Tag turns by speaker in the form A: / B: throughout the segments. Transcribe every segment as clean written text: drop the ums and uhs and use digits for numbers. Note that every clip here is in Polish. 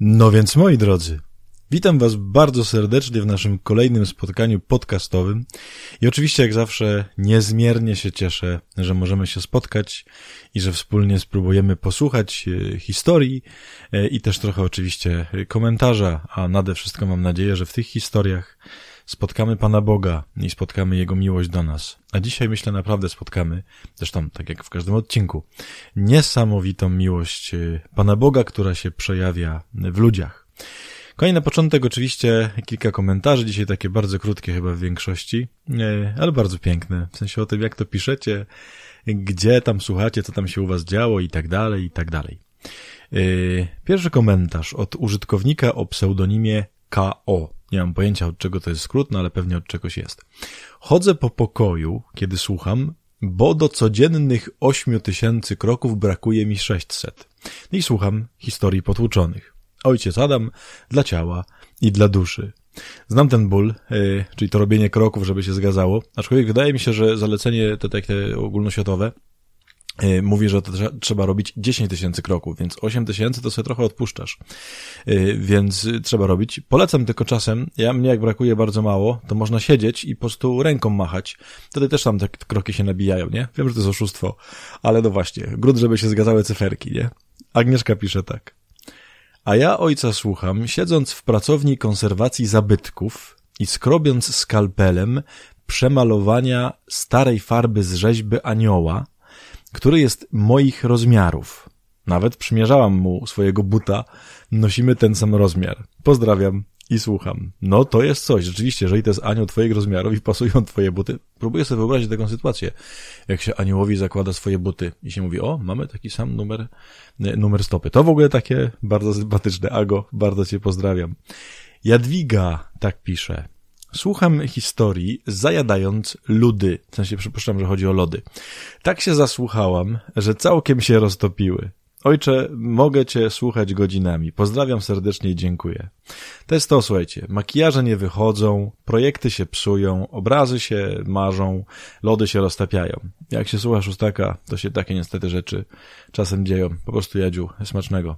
A: No więc moi drodzy, witam was bardzo serdecznie w naszym kolejnym spotkaniu podcastowym i oczywiście jak zawsze niezmiernie się cieszę, że możemy się spotkać i że wspólnie spróbujemy posłuchać historii i też trochę oczywiście komentarza, a nade wszystko mam nadzieję, że w tych historiach spotkamy Pana Boga i spotkamy Jego miłość do nas. A dzisiaj myślę naprawdę spotkamy, zresztą tak jak w każdym odcinku, niesamowitą miłość Pana Boga, która się przejawia w ludziach. Kochani, na początek oczywiście kilka komentarzy, dzisiaj takie bardzo krótkie chyba w większości, ale bardzo piękne, w sensie o tym jak to piszecie, gdzie tam słuchacie, co tam się u was działo i tak dalej, i tak dalej. Pierwszy komentarz od użytkownika o pseudonimie K.O. Nie mam pojęcia od czego to jest skrót, no ale pewnie od czegoś jest. Chodzę po pokoju, kiedy słucham, bo do codziennych 8000 kroków brakuje mi 600. I słucham historii potłuczonych. Ojciec Adam dla ciała i dla duszy. Znam ten ból, czyli to robienie kroków, żeby się zgadzało, aczkolwiek wydaje mi się, że zalecenie te ogólnoświatowe mówi, że to trzeba robić 10 000 kroków, więc 8 000 to sobie trochę odpuszczasz, więc trzeba robić. Polecam tylko czasem, mnie jak brakuje bardzo mało, to można siedzieć i po prostu ręką machać, wtedy też tam te kroki się nabijają, nie? Wiem, że to jest oszustwo, ale no właśnie, grunt, żeby się zgadzały cyferki, nie? Agnieszka pisze tak. A ja ojca słucham, siedząc w pracowni konserwacji zabytków i skrobiąc skalpelem przemalowania starej farby z rzeźby anioła, który jest moich rozmiarów. Nawet przymierzałam mu swojego buta, nosimy ten sam rozmiar. Pozdrawiam i słucham. No to jest coś, rzeczywiście, jeżeli to jest anioł twoich rozmiarów i pasują twoje buty. Próbuję sobie wyobrazić taką sytuację, jak się aniołowi zakłada swoje buty i się mówi, o, mamy taki sam numer stopy. To w ogóle takie bardzo sympatyczne. Ago, bardzo cię pozdrawiam. Jadwiga tak pisze. Słucham historii, zajadając ludy. W sensie przypuszczam, że chodzi o lody. Tak się zasłuchałam, że całkiem się roztopiły. Ojcze, mogę cię słuchać godzinami. Pozdrawiam serdecznie i dziękuję. To jest to, słuchajcie. Makijaże nie wychodzą, projekty się psują, obrazy się marzą, lody się roztapiają. Jak się słucha szóstaka, to się takie niestety rzeczy czasem dzieją. Po prostu Jadziu, smacznego.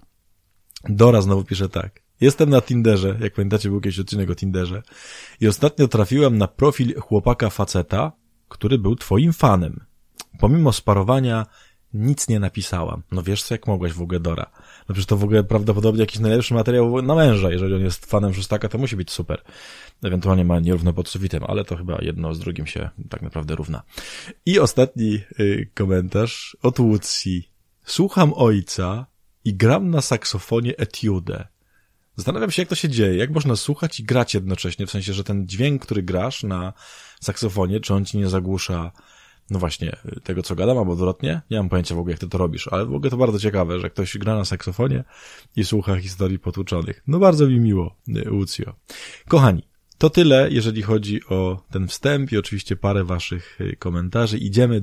A: Dora znowu pisze tak. Jestem na Tinderze, jak pamiętacie, był jakiś odcinek o Tinderze i ostatnio trafiłem na profil chłopaka faceta, który był twoim fanem. Pomimo sparowania nic nie napisałam. No wiesz co, jak mogłaś w ogóle, Dora? No przecież to w ogóle prawdopodobnie jakiś najlepszy materiał na męża. Jeżeli on jest fanem szóstaka, to musi być super. Ewentualnie ma nierówno pod sufitem, ale to chyba jedno z drugim się tak naprawdę równa. I ostatni komentarz od Łucji. Słucham ojca i gram na saksofonie etiudę. Zastanawiam się, jak to się dzieje, jak można słuchać i grać jednocześnie, w sensie, że ten dźwięk, który grasz na saksofonie, czy on ci nie zagłusza, no właśnie, tego, co gadam, albo odwrotnie? Nie mam pojęcia w ogóle, jak ty to robisz, ale w ogóle to bardzo ciekawe, że ktoś gra na saksofonie i słucha historii potłuczonych. No bardzo mi miło, Łucjo. Kochani, to tyle, jeżeli chodzi o ten wstęp i oczywiście parę waszych komentarzy. Idziemy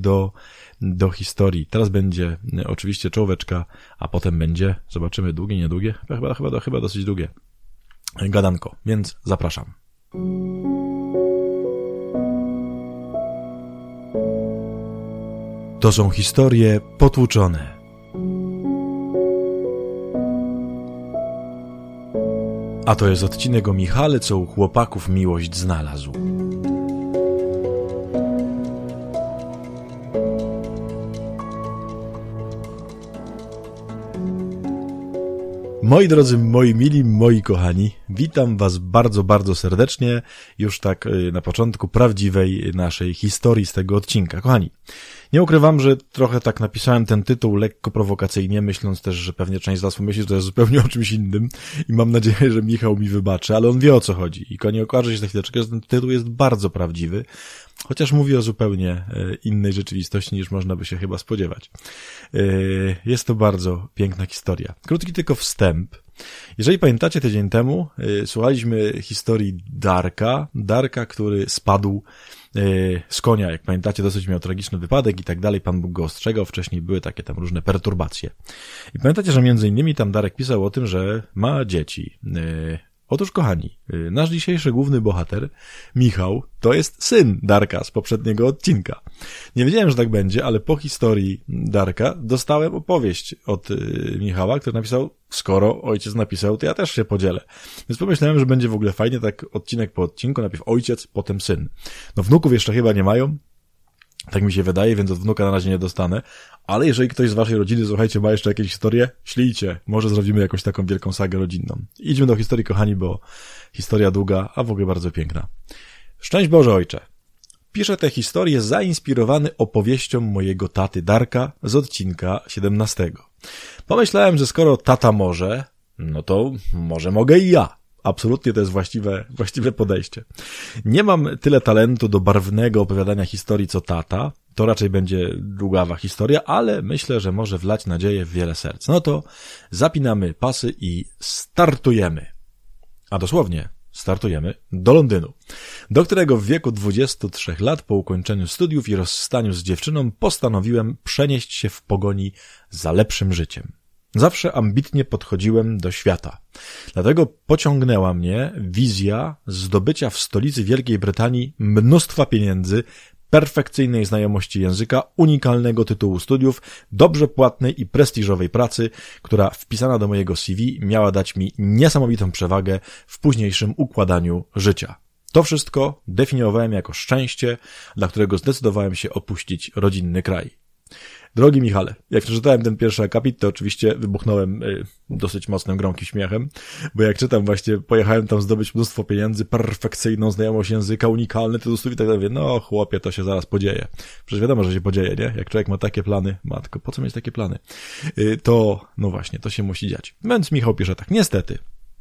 A: do historii. Teraz będzie oczywiście czołóweczka, a potem będzie, zobaczymy, długie, niedługie? Chyba dosyć długie. Gadanko, więc zapraszam. To są historie potłuczone. A to jest odcinek o Michale, co u chłopaków miłość znalazł. Moi drodzy, moi mili, moi kochani, witam was bardzo, bardzo serdecznie, już tak na początku prawdziwej naszej historii z tego odcinka. Kochani, nie ukrywam, że trochę tak napisałem ten tytuł lekko prowokacyjnie, myśląc też, że pewnie część z was pomyśli, że to jest zupełnie o czymś innym i mam nadzieję, że Michał mi wybaczy, ale on wie, o co chodzi i konie okaże się za chwileczkę, że ten tytuł jest bardzo prawdziwy, chociaż mówi o zupełnie innej rzeczywistości niż można by się chyba spodziewać. Jest to bardzo piękna historia. Krótki tylko wstęp. Jeżeli pamiętacie, tydzień temu słuchaliśmy historii Darka, który spadł z konia, jak pamiętacie, dosyć miał tragiczny wypadek i tak dalej, Pan Bóg go ostrzegał, wcześniej były takie tam różne perturbacje. I pamiętacie, że między innymi tam Darek pisał o tym, że ma dzieci. Otóż, kochani, nasz dzisiejszy główny bohater, Michał, to jest syn Darka z poprzedniego odcinka. Nie wiedziałem, że tak będzie, ale po historii Darka dostałem opowieść od Michała, który napisał, skoro ojciec napisał, to ja też się podzielę. Więc pomyślałem, że będzie w ogóle fajnie, tak odcinek po odcinku, najpierw ojciec, potem syn. No wnuków jeszcze chyba nie mają, tak mi się wydaje, więc od wnuka na razie nie dostanę, ale jeżeli ktoś z waszej rodziny, słuchajcie, ma jeszcze jakieś historie, ślijcie, może zrobimy jakąś taką wielką sagę rodzinną. Idźmy do historii, kochani, bo historia długa, a w ogóle bardzo piękna. Szczęść Boże, ojcze. Piszę tę historię zainspirowany opowieścią mojego taty Darka z odcinka 17. Pomyślałem, że skoro tata może, no to może mogę i ja. Absolutnie to jest właściwe podejście. Nie mam tyle talentu do barwnego opowiadania historii co tata. To raczej będzie długawa historia, ale myślę, że może wlać nadzieję w wiele serc. No to zapinamy pasy i startujemy. A dosłownie startujemy do Londynu, do którego w wieku 23 lat po ukończeniu studiów i rozstaniu z dziewczyną postanowiłem przenieść się w pogoni za lepszym życiem. Zawsze ambitnie podchodziłem do świata. Dlatego pociągnęła mnie wizja zdobycia w stolicy Wielkiej Brytanii mnóstwa pieniędzy, perfekcyjnej znajomości języka, unikalnego tytułu studiów, dobrze płatnej i prestiżowej pracy, która wpisana do mojego CV miała dać mi niesamowitą przewagę w późniejszym układaniu życia. To wszystko definiowałem jako szczęście, dla którego zdecydowałem się opuścić rodzinny kraj. Drogi Michale, jak przeczytałem ten pierwszy akapit, to oczywiście wybuchnąłem dosyć mocnym, gromkim śmiechem, bo jak czytam właśnie, pojechałem tam zdobyć mnóstwo pieniędzy, perfekcyjną znajomość języka, unikalny tytuł studiów i tak dalej. No chłopie, to się zaraz podzieje. Przecież wiadomo, że się podzieje, nie? Jak człowiek ma takie plany, matko, po co mieć takie plany? No właśnie, to się musi dziać. Więc Michał pisze tak, niestety.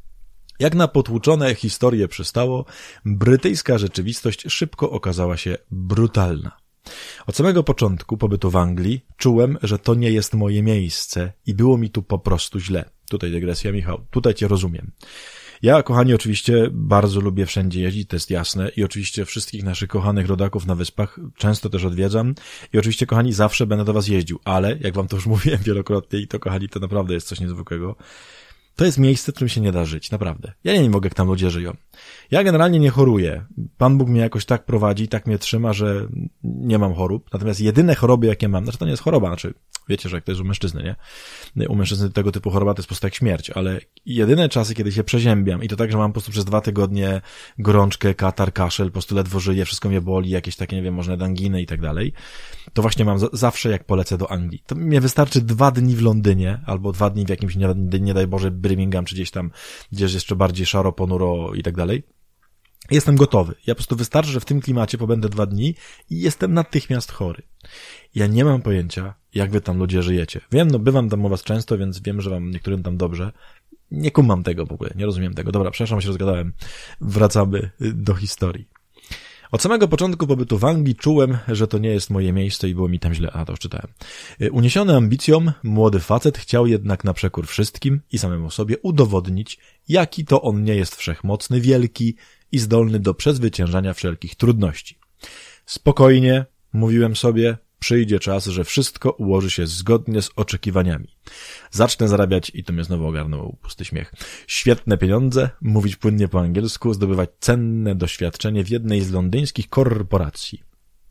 A: Jak na potłuczone historie przystało, brytyjska rzeczywistość szybko okazała się brutalna. Od samego początku pobytu w Anglii czułem, że to nie jest moje miejsce i było mi tu po prostu źle. Tutaj dygresja, Michał, tutaj cię rozumiem. Ja, kochani, oczywiście bardzo lubię wszędzie jeździć, to jest jasne i oczywiście wszystkich naszych kochanych rodaków na wyspach często też odwiedzam i oczywiście, kochani, zawsze będę do was jeździł, ale jak wam to już mówiłem wielokrotnie i to, kochani, to naprawdę jest coś niezwykłego. To jest miejsce, w którym się nie da żyć, naprawdę. Ja nie mogę, jak tam ludzie żyją. Ja generalnie nie choruję. Pan Bóg mnie jakoś tak prowadzi, tak mnie trzyma, że nie mam chorób. Natomiast jedyne choroby, jakie mam, to nie jest choroba, wiecie, że jak to jest u mężczyzny, nie? U mężczyzny tego typu choroba to jest po prostu jak śmierć, ale jedyne czasy, kiedy się przeziębiam i to tak, że mam po prostu przez 2 tygodnie gorączkę, katar, kaszel, po prostu ledwo żyję, wszystko mnie boli, jakieś takie, nie wiem, może anginy i tak dalej, to właśnie mam zawsze, jak polecę do Anglii. To mnie wystarczy 2 dni w Londynie, albo 2 dni w jakimś, nie daj Boże, Birmingham, czy gdzieś tam, gdzie jest jeszcze bardziej szaro, ponuro i tak dalej. Jestem gotowy. Ja po prostu wystarczy, że w tym klimacie pobędę 2 dni i jestem natychmiast chory. Ja nie mam pojęcia, jak wy tam ludzie żyjecie. Wiem, bywam tam u was często, więc wiem, że wam niektórym tam dobrze. Nie kumam tego w ogóle, nie rozumiem tego. Dobra, przepraszam, się rozgadałem. Wracamy do historii. Od samego początku pobytu w Anglii czułem, że to nie jest moje miejsce i było mi tam źle. A, to już czytałem. Uniesiony ambicją, młody facet chciał jednak na przekór wszystkim i samemu sobie udowodnić, jaki to on nie jest wszechmocny, wielki i zdolny do przezwyciężania wszelkich trudności. Spokojnie, mówiłem sobie, przyjdzie czas, że wszystko ułoży się zgodnie z oczekiwaniami. Zacznę zarabiać, i to mnie znowu ogarnął pusty śmiech, świetne pieniądze, mówić płynnie po angielsku, zdobywać cenne doświadczenie w jednej z londyńskich korporacji.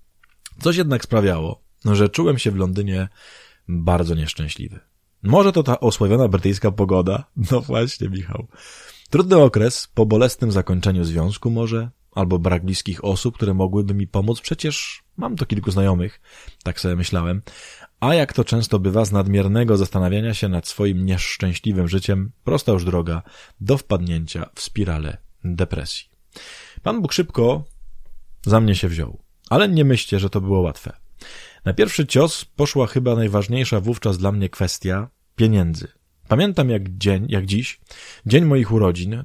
A: Coś jednak sprawiało, że czułem się w Londynie bardzo nieszczęśliwy. Może to ta osławiona brytyjska pogoda? No właśnie, Michał. Trudny okres po bolesnym zakończeniu związku może, albo brak bliskich osób, które mogłyby mi pomóc. Przecież mam tu kilku znajomych, tak sobie myślałem. A jak to często bywa, z nadmiernego zastanawiania się nad swoim nieszczęśliwym życiem, prosta już droga do wpadnięcia w spiralę depresji. Pan Bóg szybko za mnie się wziął, ale nie myślcie, że to było łatwe. Na pierwszy cios poszła chyba najważniejsza wówczas dla mnie kwestia pieniędzy. Pamiętam jak dziś, dzień moich urodzin,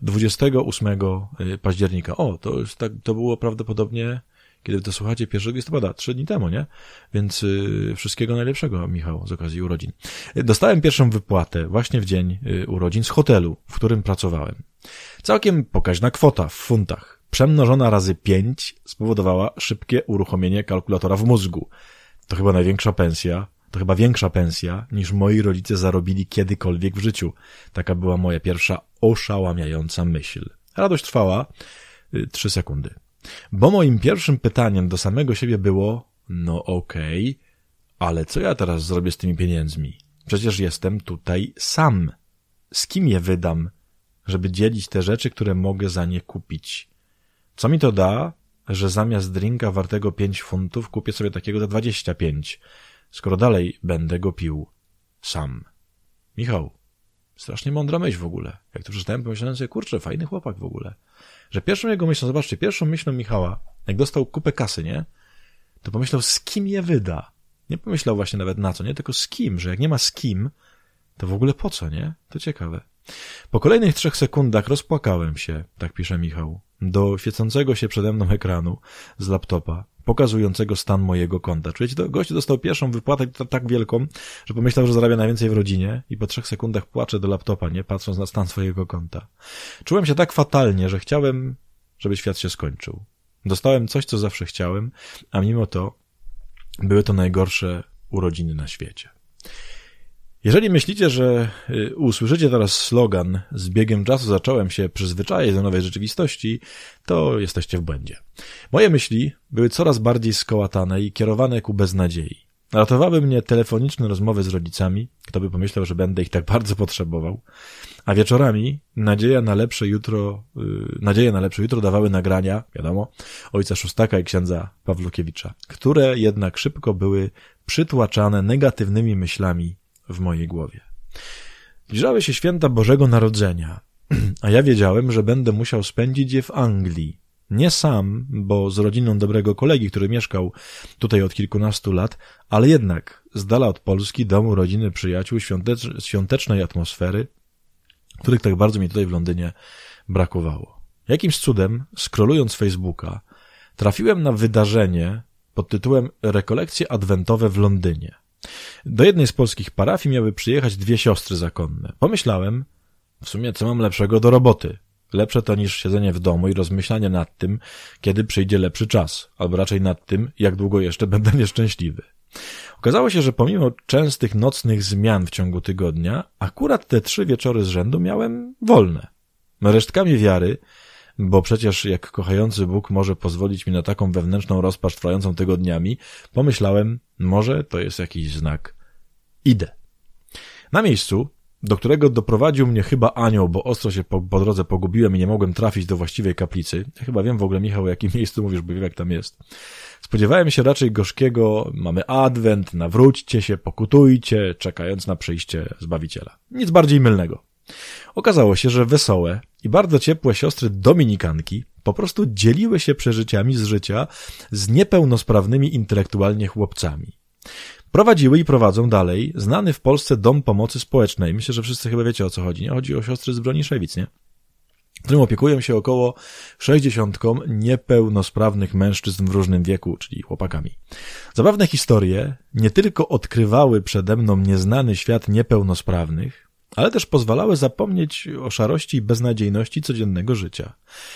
A: 28 października. To było prawdopodobnie, kiedy to słuchacie, 1 listopada, 3 dni temu, nie? Więc wszystkiego najlepszego, Michał, z okazji urodzin. Dostałem pierwszą wypłatę właśnie w dzień urodzin z hotelu, w którym pracowałem. Całkiem pokaźna kwota w funtach, przemnożona razy 5 spowodowała szybkie uruchomienie kalkulatora w mózgu. To chyba większa pensja, niż moi rodzice zarobili kiedykolwiek w życiu. Taka była moja pierwsza oszałamiająca myśl. Radość trwała 3 sekundy. Bo moim pierwszym pytaniem do samego siebie było, no okej, ale co ja teraz zrobię z tymi pieniędzmi? Przecież jestem tutaj sam. Z kim je wydam, żeby dzielić te rzeczy, które mogę za nie kupić? Co mi to da, że zamiast drinka wartego 5 funtów kupię sobie takiego za 25, skoro dalej będę go pił sam? Michał, strasznie mądra myśl w ogóle. Jak to przeczytałem, pomyślałem sobie, kurczę, fajny chłopak w ogóle. Że pierwszą jego myślą, zobaczcie, pierwszą myślą Michała, jak dostał kupę kasy, nie? To pomyślał, z kim je wyda. Nie pomyślał właśnie nawet na co, nie? Tylko z kim, że jak nie ma z kim, to w ogóle po co, nie? To ciekawe. Po kolejnych 3 sekundach rozpłakałem się, tak pisze Michał, do świecącego się przede mną ekranu z laptopa, pokazującego stan mojego konta. Czujecie, gość dostał pierwszą wypłatę tak wielką, że pomyślał, że zarabia najwięcej w rodzinie i po 3 sekundach płacze do laptopa, nie? Patrząc na stan swojego konta. Czułem się tak fatalnie, że chciałem, żeby świat się skończył. Dostałem coś, co zawsze chciałem, a mimo to były to najgorsze urodziny na świecie. Jeżeli myślicie, że usłyszycie teraz slogan "z biegiem czasu zacząłem się przyzwyczajać do nowej rzeczywistości", to jesteście w błędzie. Moje myśli były coraz bardziej skołatane i kierowane ku beznadziei. Ratowały mnie telefoniczne rozmowy z rodzicami, kto by pomyślał, że będę ich tak bardzo potrzebował, a wieczorami nadzieje na lepsze jutro dawały nagrania, wiadomo, ojca Szóstaka i księdza Pawlukiewicza, które jednak szybko były przytłaczane negatywnymi myślami w mojej głowie. Zbliżały się święta Bożego Narodzenia, a ja wiedziałem, że będę musiał spędzić je w Anglii. Nie sam, bo z rodziną dobrego kolegi, który mieszkał tutaj od kilkunastu lat, ale jednak z dala od Polski, domu, rodziny, przyjaciół, świątecznej atmosfery, których tak bardzo mi tutaj w Londynie brakowało. Jakimś cudem, scrollując Facebooka, trafiłem na wydarzenie pod tytułem Rekolekcje adwentowe w Londynie. Do jednej z polskich parafii miały przyjechać 2 siostry zakonne. Pomyślałem, w sumie co mam lepszego do roboty? Lepsze to niż siedzenie w domu i rozmyślanie nad tym, kiedy przyjdzie lepszy czas, albo raczej nad tym, jak długo jeszcze będę nieszczęśliwy. Okazało się, że pomimo częstych nocnych zmian w ciągu tygodnia, akurat te 3 wieczory z rzędu miałem wolne. Resztkami wiary, bo przecież jak kochający Bóg może pozwolić mi na taką wewnętrzną rozpacz trwającą tygodniami, pomyślałem, może to jest jakiś znak. Idę. Na miejscu, do którego doprowadził mnie chyba anioł, bo ostro się po drodze pogubiłem i nie mogłem trafić do właściwej kaplicy. Ja chyba wiem w ogóle, Michał, o jakim miejscu mówisz, bo wiem, jak tam jest. Spodziewałem się raczej gorzkiego, mamy adwent, nawróćcie się, pokutujcie, czekając na przyjście Zbawiciela. Nic bardziej mylnego. Okazało się, że wesołe i bardzo ciepłe siostry dominikanki po prostu dzieliły się przeżyciami z życia z niepełnosprawnymi intelektualnie chłopcami. Prowadziły i prowadzą dalej znany w Polsce Dom Pomocy Społecznej. Myślę, że wszyscy chyba wiecie, o co chodzi. Nie chodzi o siostry z Broniszewic, nie? Którym opiekują się około 60 niepełnosprawnych mężczyzn w różnym wieku, czyli chłopakami. Zabawne historie nie tylko odkrywały przede mną nieznany świat niepełnosprawnych, ale też pozwalały zapomnieć o szarości i beznadziejności codziennego życia.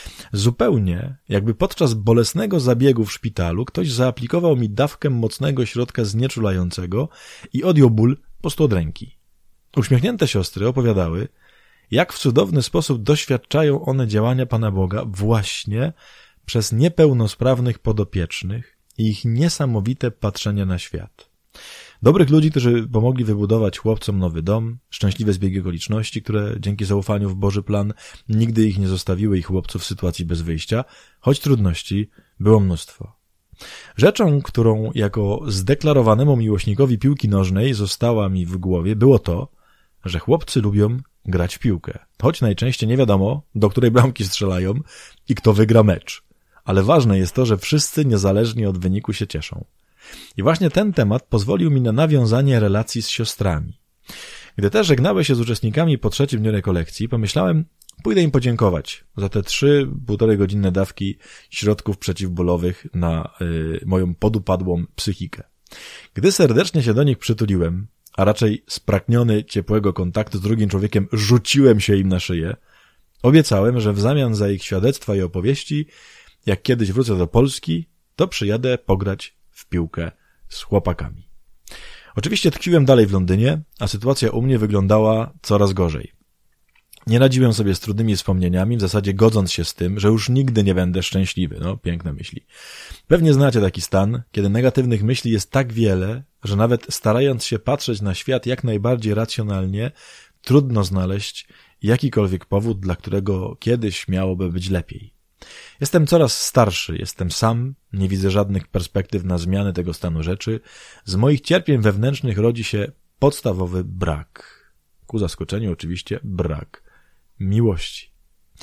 A: Zupełnie jakby podczas bolesnego zabiegu w szpitalu ktoś zaaplikował mi dawkę mocnego środka znieczulającego i odjął ból po prostu od ręki. Uśmiechnięte siostry opowiadały, jak w cudowny sposób doświadczają one działania Pana Boga właśnie przez niepełnosprawnych podopiecznych i ich niesamowite patrzenie na świat. Dobrych ludzi, którzy pomogli wybudować chłopcom nowy dom, szczęśliwe zbiegi okoliczności, które dzięki zaufaniu w Boży plan nigdy ich nie zostawiły i chłopców w sytuacji bez wyjścia, choć trudności było mnóstwo. Rzeczą, którą jako zdeklarowanemu miłośnikowi piłki nożnej została mi w głowie, było to, że chłopcy lubią grać w piłkę. Choć najczęściej nie wiadomo, do której bramki strzelają i kto wygra mecz. Ale ważne jest to, że wszyscy niezależnie od wyniku się cieszą. I właśnie ten temat pozwolił mi na nawiązanie relacji z siostrami. Gdy te żegnały się z uczestnikami po 3. dniu rekolekcji, pomyślałem, pójdę im podziękować za te 3,5 godzinne dawki środków przeciwbólowych na moją podupadłą psychikę. Gdy serdecznie się do nich przytuliłem, a raczej spragniony ciepłego kontaktu z drugim człowiekiem rzuciłem się im na szyję, obiecałem, że w zamian za ich świadectwa i opowieści, jak kiedyś wrócę do Polski, to przyjadę pograć w piłkę z chłopakami. Oczywiście tkwiłem dalej w Londynie, a sytuacja u mnie wyglądała coraz gorzej. Nie radziłem sobie z trudnymi wspomnieniami, w zasadzie godząc się z tym, że już nigdy nie będę szczęśliwy. No, piękne myśli. Pewnie znacie taki stan, kiedy negatywnych myśli jest tak wiele, że nawet starając się patrzeć na świat jak najbardziej racjonalnie, trudno znaleźć jakikolwiek powód, dla którego kiedyś miałoby być lepiej. Jestem coraz starszy, jestem sam, nie widzę żadnych perspektyw na zmianę tego stanu rzeczy. Z moich cierpień wewnętrznych rodzi się podstawowy brak. Ku zaskoczeniu oczywiście brak miłości.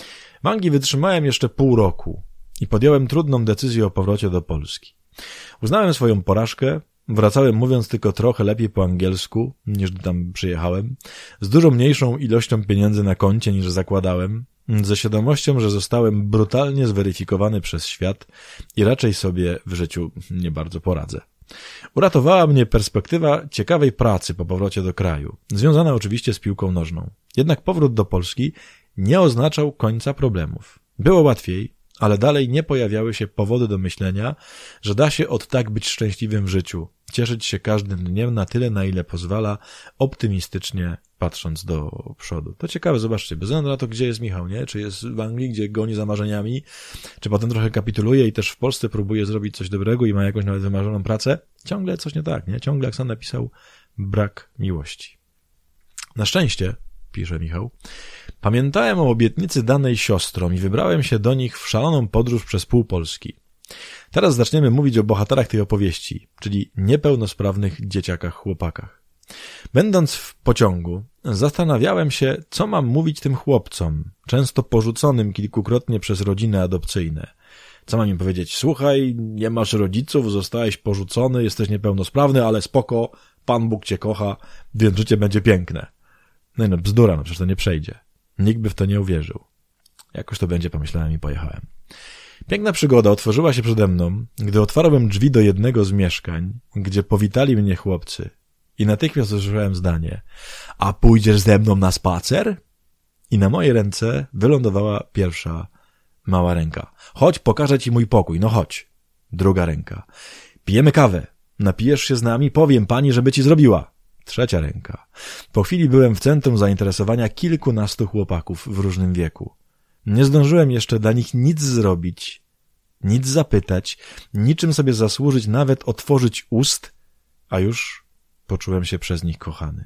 A: W Anglii wytrzymałem jeszcze pół roku i podjąłem trudną decyzję o powrocie do Polski. Uznałem swoją porażkę, wracałem mówiąc tylko trochę lepiej po angielsku, niż tam przyjechałem, z dużo mniejszą ilością pieniędzy na koncie niż zakładałem, ze świadomością, że zostałem brutalnie zweryfikowany przez świat i raczej sobie w życiu nie bardzo poradzę. Uratowała mnie perspektywa ciekawej pracy po powrocie do kraju, związana oczywiście z piłką nożną. Jednak powrót do Polski nie oznaczał końca problemów. Było łatwiej, ale dalej nie pojawiały się powody do myślenia, że da się od tak być szczęśliwym w życiu, cieszyć się każdym dniem na tyle, na ile pozwala, optymistycznie patrząc do przodu. To ciekawe, zobaczcie, bez względu na to, gdzie jest Michał, nie? Czy jest w Anglii, gdzie goni za marzeniami, czy potem trochę kapituluje i też w Polsce próbuje zrobić coś dobrego i ma jakąś nawet wymarzoną pracę, ciągle coś nie tak, nie? Ciągle, jak sam napisał, brak miłości. Na szczęście, pisze Michał, pamiętałem o obietnicy danej siostrom i wybrałem się do nich w szaloną podróż przez pół Polski. Teraz zaczniemy mówić o bohaterach tej opowieści, czyli niepełnosprawnych dzieciakach, chłopakach. Będąc w pociągu, zastanawiałem się, co mam mówić tym chłopcom, często porzuconym kilkukrotnie przez rodziny adopcyjne. Co mam im powiedzieć? Słuchaj, nie masz rodziców, zostałeś porzucony, jesteś niepełnosprawny, ale spoko, Pan Bóg cię kocha, więc życie będzie piękne. No bzdura, no przecież to nie przejdzie. Nikt by w to nie uwierzył. Jakoś to będzie, pomyślałem i pojechałem. Piękna przygoda otworzyła się przede mną, gdy otwarłem drzwi do jednego z mieszkań, gdzie powitali mnie chłopcy. I natychmiast usłyszałem zdanie: a pójdziesz ze mną na spacer? I na moje ręce wylądowała pierwsza mała ręka. Chodź, pokażę ci mój pokój, no chodź. Druga ręka. Pijemy kawę. Napijesz się z nami, powiem pani, żeby ci zrobiła. Trzecia ręka. Po chwili byłem w centrum zainteresowania kilkunastu chłopaków w różnym wieku. Nie zdążyłem jeszcze dla nich nic zrobić, nic zapytać, niczym sobie zasłużyć, nawet otworzyć ust, a już poczułem się przez nich kochany.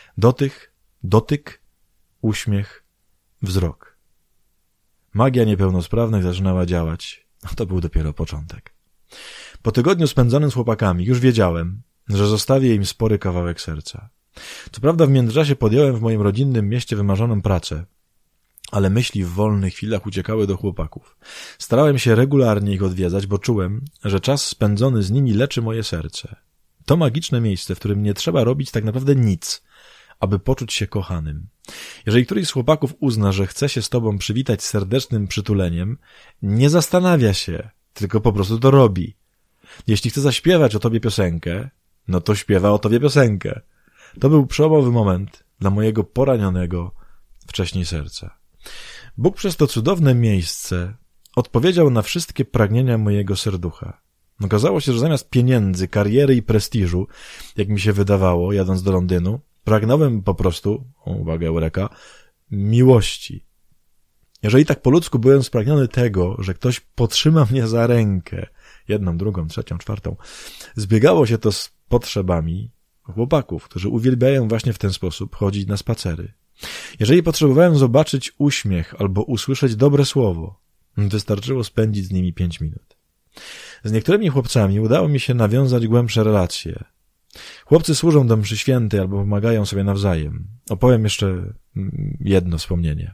A: Dotyk, uśmiech, wzrok. Magia niepełnosprawnych zaczynała działać, a to był dopiero początek. Po tygodniu spędzonym z chłopakami już wiedziałem, że zostawię im spory kawałek serca. Co prawda w międzyczasie podjąłem w moim rodzinnym mieście wymarzoną pracę, ale myśli w wolnych chwilach uciekały do chłopaków. Starałem się regularnie ich odwiedzać, bo czułem, że czas spędzony z nimi leczy moje serce. To magiczne miejsce, w którym nie trzeba robić tak naprawdę nic, aby poczuć się kochanym. Jeżeli któryś z chłopaków uzna, że chce się z tobą przywitać serdecznym przytuleniem, nie zastanawia się, tylko po prostu to robi. Jeśli chce zaśpiewać o tobie piosenkę, no to śpiewa o tobie piosenkę. To był przełomowy moment dla mojego poranionego wcześniej serca. Bóg przez to cudowne miejsce odpowiedział na wszystkie pragnienia mojego serducha. Okazało się, że zamiast pieniędzy, kariery i prestiżu, jak mi się wydawało, jadąc do Londynu, pragnąłem po prostu, uwaga, eureka, miłości. Jeżeli tak po ludzku byłem spragniony tego, że ktoś potrzyma mnie za rękę, jedną, drugą, trzecią, czwartą, zbiegało się to z potrzebami chłopaków, którzy uwielbiają właśnie w ten sposób chodzić na spacery. Jeżeli potrzebowałem zobaczyć uśmiech albo usłyszeć dobre słowo, wystarczyło spędzić z nimi 5 minut. Z niektórymi chłopcami udało mi się nawiązać głębsze relacje. Chłopcy służą do mszy świętej albo pomagają sobie nawzajem. Opowiem jeszcze jedno wspomnienie.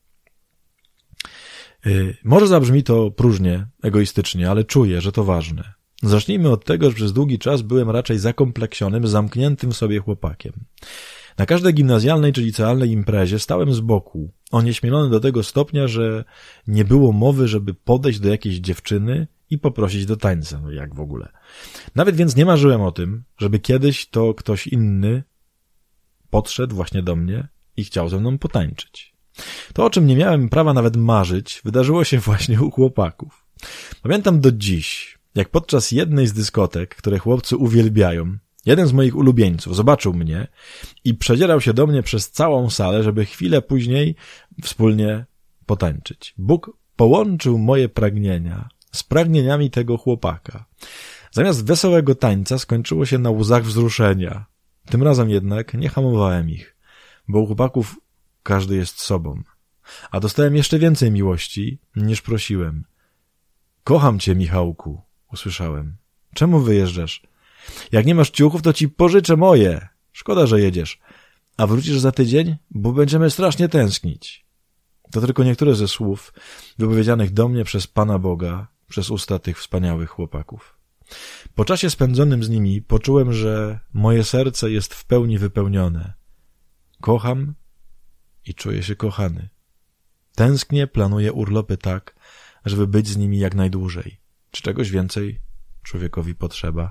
A: Może zabrzmi to próżnie, egoistycznie, ale czuję, że to ważne. Zacznijmy od tego, że przez długi czas byłem raczej zakompleksionym, zamkniętym w sobie chłopakiem. Na każdej gimnazjalnej czy licealnej imprezie stałem z boku, onieśmielony do tego stopnia, że nie było mowy, żeby podejść do jakiejś dziewczyny i poprosić do tańca, no jak w ogóle. Nawet więc nie marzyłem o tym, żeby kiedyś to ktoś inny podszedł właśnie do mnie i chciał ze mną potańczyć. To, o czym nie miałem prawa nawet marzyć, wydarzyło się właśnie u chłopaków. Pamiętam do dziś, jak podczas jednej z dyskotek, które chłopcy uwielbiają, Jeden z moich ulubieńców zobaczył mnie i przedzierał się do mnie przez całą salę, żeby chwilę później wspólnie potańczyć. Bóg połączył moje pragnienia z pragnieniami tego chłopaka. Zamiast wesołego tańca skończyło się na łzach wzruszenia. Tym razem jednak nie hamowałem ich, bo u chłopaków każdy jest sobą. A dostałem jeszcze więcej miłości, niż prosiłem. Kocham cię, Michałku, usłyszałem. Czemu wyjeżdżasz? Jak nie masz ciuchów, to ci pożyczę moje. Szkoda, że jedziesz. A wrócisz za tydzień, bo będziemy strasznie tęsknić. To tylko niektóre ze słów wypowiedzianych do mnie przez Pana Boga, przez usta tych wspaniałych chłopaków. Po czasie spędzonym z nimi poczułem, że moje serce jest w pełni wypełnione. Kocham i czuję się kochany. Tęsknię, planuję urlopy tak, żeby być z nimi jak najdłużej. Czy czegoś więcej człowiekowi potrzeba?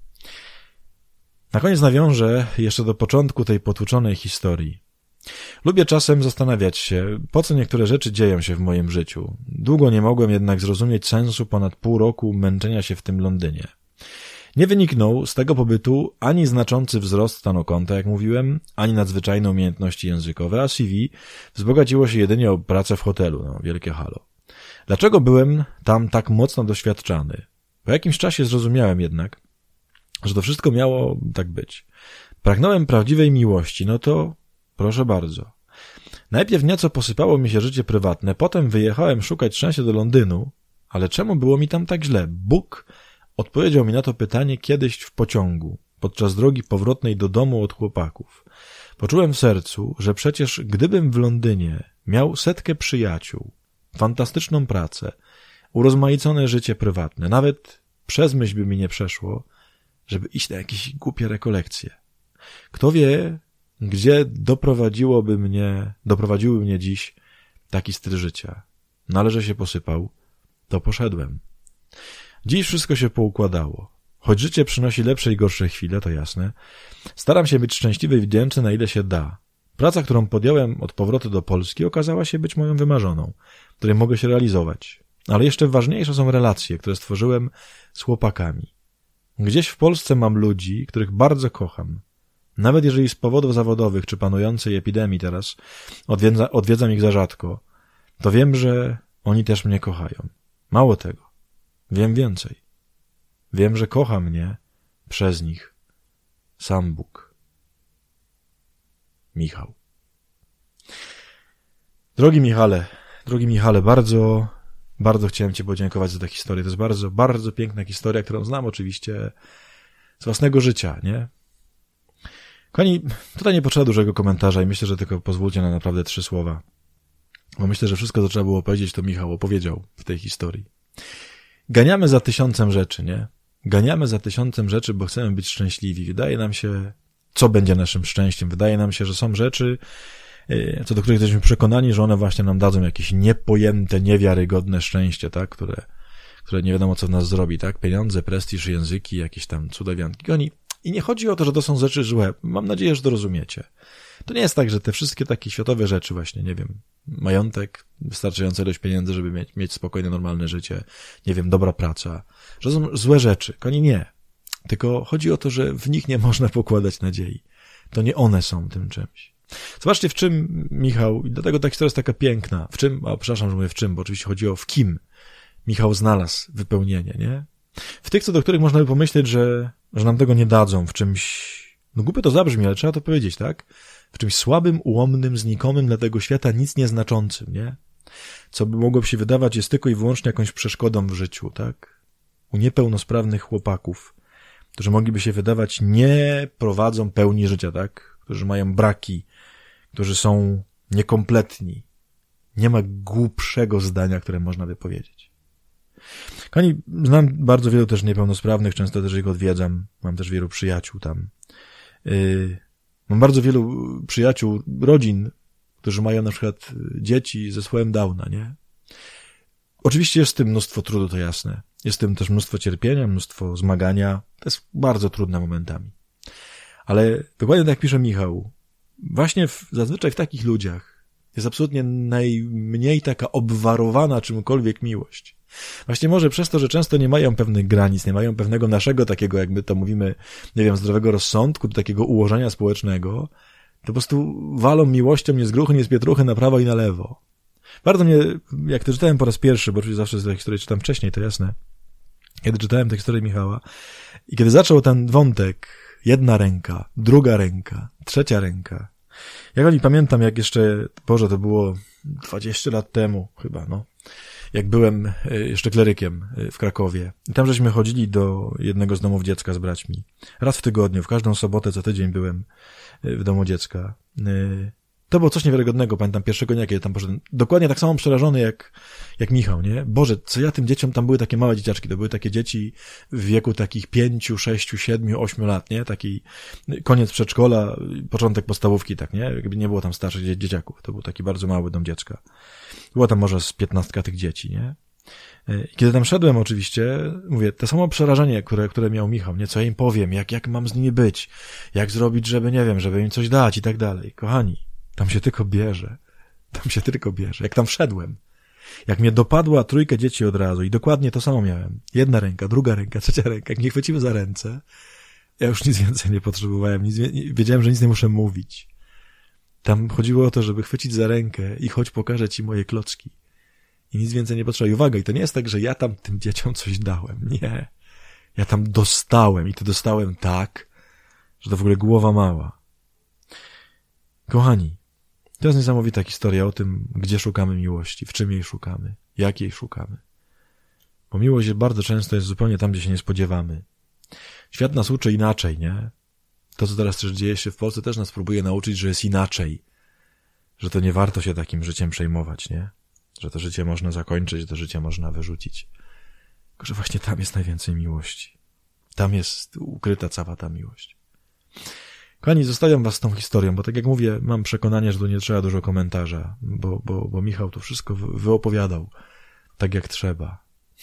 A: Na koniec nawiążę jeszcze do początku tej potłuczonej historii. Lubię czasem zastanawiać się, po co niektóre rzeczy dzieją się w moim życiu. Długo nie mogłem jednak zrozumieć sensu ponad pół roku męczenia się w tym Londynie. Nie wyniknął z tego pobytu ani znaczący wzrost stanu konta, jak mówiłem, ani nadzwyczajne umiejętności językowe, a CV wzbogaciło się jedynie o pracę w hotelu, wielkie halo. Dlaczego byłem tam tak mocno doświadczany? Po jakimś czasie zrozumiałem jednak, że to wszystko miało tak być. Pragnąłem prawdziwej miłości, to proszę bardzo. Najpierw nieco posypało mi się życie prywatne, potem wyjechałem szukać szczęścia do Londynu, ale czemu było mi tam tak źle? Bóg odpowiedział mi na to pytanie kiedyś w pociągu, podczas drogi powrotnej do domu od chłopaków. Poczułem w sercu, że przecież gdybym w Londynie miał 100 przyjaciół, fantastyczną pracę, urozmaicone życie prywatne, nawet przez myśl by mi nie przeszło, żeby iść na jakieś głupie rekolekcje. Kto wie, gdzie doprowadziłby mnie dziś taki styl życia. Ale że się posypał, to poszedłem. Dziś wszystko się poukładało. Choć życie przynosi lepsze i gorsze chwile, to jasne. Staram się być szczęśliwy i wdzięczny, na ile się da. Praca, którą podjąłem od powrotu do Polski, okazała się być moją wymarzoną, której mogę się realizować. Ale jeszcze ważniejsze są relacje, które stworzyłem z chłopakami. Gdzieś w Polsce mam ludzi, których bardzo kocham. Nawet jeżeli z powodów zawodowych czy panującej epidemii teraz odwiedzam ich za rzadko, to wiem, że oni też mnie kochają. Mało tego. Wiem więcej. Wiem, że kocha mnie przez nich sam Bóg. Michał. Drogi Michale, bardzo chciałem Ci podziękować za tę historię. To jest bardzo, bardzo piękna historia, którą znam oczywiście z własnego życia, nie? Kochani, tutaj nie potrzeba dużego komentarza i myślę, że tylko pozwólcie na naprawdę 3 słowa. Bo myślę, że wszystko, co trzeba było powiedzieć, to Michał opowiedział w tej historii. Ganiamy za 1000 rzeczy, nie? Ganiamy za 1000 rzeczy, bo chcemy być szczęśliwi. Wydaje nam się, co będzie naszym szczęściem. Wydaje nam się, że są rzeczy, co do których jesteśmy przekonani, że one właśnie nam dadzą jakieś niepojęte, niewiarygodne szczęście, tak? Które nie wiadomo, co w nas zrobi, tak? Pieniądze, prestiż, języki, jakieś tam cudawianki. I nie chodzi o to, że to są rzeczy złe. Mam nadzieję, że to rozumiecie. To nie jest tak, że te wszystkie takie światowe rzeczy właśnie, nie wiem, majątek, wystarczająca ilość pieniędzy, żeby mieć spokojne, normalne życie, nie wiem, dobra praca, że są złe rzeczy. Kochani, nie. Tylko chodzi o to, że w nich nie można pokładać nadziei. To nie one są tym czymś. Zobaczcie, w czym, Michał, i dlatego ta historia jest taka piękna, przepraszam, że mówię w czym, bo oczywiście chodzi o w kim Michał znalazł wypełnienie, nie? W tych, co do których można by pomyśleć, że nam tego nie dadzą, w czymś, głupio to zabrzmi, ale trzeba to powiedzieć, tak? W czymś słabym, ułomnym, znikomym dla tego świata, nic nieznaczącym, nie? Co by mogło się wydawać jest tylko i wyłącznie jakąś przeszkodą w życiu, tak? U niepełnosprawnych chłopaków, którzy mogliby się wydawać nie prowadzą pełni życia, tak? Którzy mają braki, którzy są niekompletni. Nie ma głupszego zdania, które można by powiedzieć. Kochani, znam bardzo wielu też niepełnosprawnych, często też ich odwiedzam, mam też wielu przyjaciół tam. Mam bardzo wielu przyjaciół, rodzin, którzy mają na przykład dzieci ze zespołem Downa, nie? Oczywiście jest w tym mnóstwo trudu, to jasne. Jest w tym też mnóstwo cierpienia, mnóstwo zmagania. To jest bardzo trudne momentami. Ale dokładnie tak jak pisze Michał, właśnie zazwyczaj w takich ludziach jest absolutnie najmniej taka obwarowana czymkolwiek miłość. Właśnie może przez to, że często nie mają pewnych granic, nie mają pewnego naszego takiego, jak my to mówimy, nie wiem, zdrowego rozsądku, do takiego ułożenia społecznego, to po prostu walą miłością nie z gruchy, nie z pietruchy na prawo i na lewo. Bardzo mnie, jak to czytałem po raz pierwszy, bo oczywiście zawsze te historie czytam wcześniej, to jasne, kiedy czytałem tę historię Michała i kiedy zaczął ten wątek, jedna ręka, druga ręka, trzecia ręka. Jak oni pamiętam, jak jeszcze, Boże, to było 20 lat temu chyba, no. Jak byłem jeszcze klerykiem w Krakowie. I tam żeśmy chodzili do jednego z domów dziecka z braćmi. Raz w tygodniu, w każdą sobotę co tydzień byłem w domu dziecka. To było coś niewiarygodnego, pamiętam pierwszego dnia, kiedy tam poszedłem. Dokładnie tak samo przerażony jak Michał, nie? Boże, co ja tym dzieciom, tam były takie małe dzieciaczki, to były takie dzieci w wieku takich 5, 6, 7, 8 lat, nie? Taki koniec przedszkola, początek podstawówki, tak, nie? Jakby nie było tam starszych dzieciaków. To był taki bardzo mały dom dziecka. Było tam może z 15 tych dzieci, nie? I kiedy tam szedłem oczywiście, mówię, to samo przerażenie, które miał Michał, nie? Co ja im powiem, jak mam z nimi być, jak zrobić, żeby, nie wiem, żeby im coś dać i tak dalej. Kochani, tam się tylko bierze. Jak tam wszedłem, jak mnie dopadła trójkę dzieci od razu i dokładnie to samo miałem. Jedna ręka, druga ręka, trzecia ręka. Jak mnie chwyciły za ręce, ja już nic więcej nie potrzebowałem. Wiedziałem, że nic nie muszę mówić. Tam chodziło o to, żeby chwycić za rękę i choć pokażę ci moje klocki. I nic więcej nie potrzeba. I uwaga, i to nie jest tak, że ja tam tym dzieciom coś dałem. Nie. Ja tam dostałem i to dostałem tak, że to w ogóle głowa mała. Kochani, to jest niesamowita historia o tym, gdzie szukamy miłości, w czym jej szukamy, jak jej szukamy. Bo miłość bardzo często jest zupełnie tam, gdzie się nie spodziewamy. Świat nas uczy inaczej, nie? To, co teraz też dzieje się w Polsce, też nas próbuje nauczyć, że jest inaczej. Że to nie warto się takim życiem przejmować, nie? Że to życie można zakończyć, to życie można wyrzucić. Tylko, że właśnie tam jest najwięcej miłości. Tam jest ukryta cała ta miłość. Kochani, zostawiam was z tą historią, bo tak jak mówię, mam przekonanie, że tu nie trzeba dużo komentarza, bo Michał to wszystko wyopowiadał tak jak trzeba.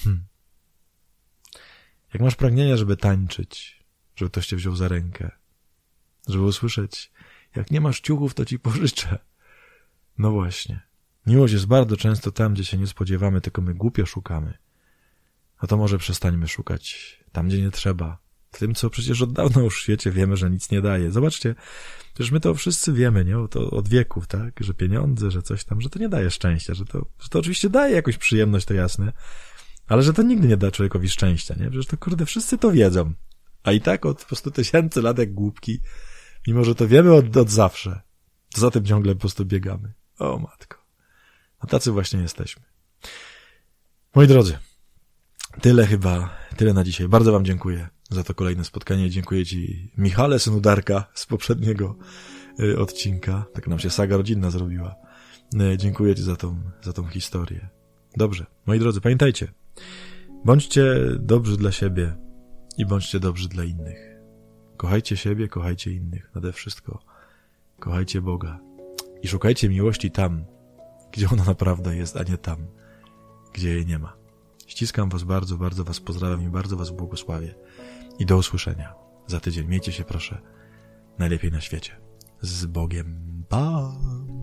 A: Jak masz pragnienia, żeby tańczyć, żeby ktoś cię wziął za rękę, żeby usłyszeć, jak nie masz ciuchów, to ci pożyczę. No właśnie. Miłość jest bardzo często tam, gdzie się nie spodziewamy, tylko my głupio szukamy. A to może przestańmy szukać tam, gdzie nie trzeba. W tym, co przecież od dawna już w świecie wiemy, że nic nie daje. Zobaczcie, przecież my to wszyscy wiemy, nie? To od wieków, tak? Że pieniądze, że coś tam, że to nie daje szczęścia, że to oczywiście daje jakąś przyjemność, to jasne, ale że to nigdy nie da człowiekowi szczęścia, nie? Przecież to kurde, wszyscy to wiedzą. A i tak od po prostu tysięcy lat jak głupki, mimo że to wiemy od zawsze, to za tym ciągle po prostu biegamy. O matko. A tacy właśnie jesteśmy. Moi drodzy, tyle na dzisiaj. Bardzo wam dziękuję za to kolejne spotkanie. Dziękuję ci, Michale, synu Darka, z poprzedniego odcinka. Tak nam się saga rodzinna zrobiła. Dziękuję ci za tą historię. Dobrze, moi drodzy, pamiętajcie, bądźcie dobrzy dla siebie i bądźcie dobrzy dla innych. Kochajcie siebie, kochajcie innych. Nade wszystko kochajcie Boga i szukajcie miłości tam, gdzie ona naprawdę jest, a nie tam, gdzie jej nie ma. Ściskam was bardzo, bardzo was pozdrawiam i bardzo was błogosławię. I do usłyszenia za tydzień. Miejcie się proszę najlepiej na świecie. Z Bogiem. Pa!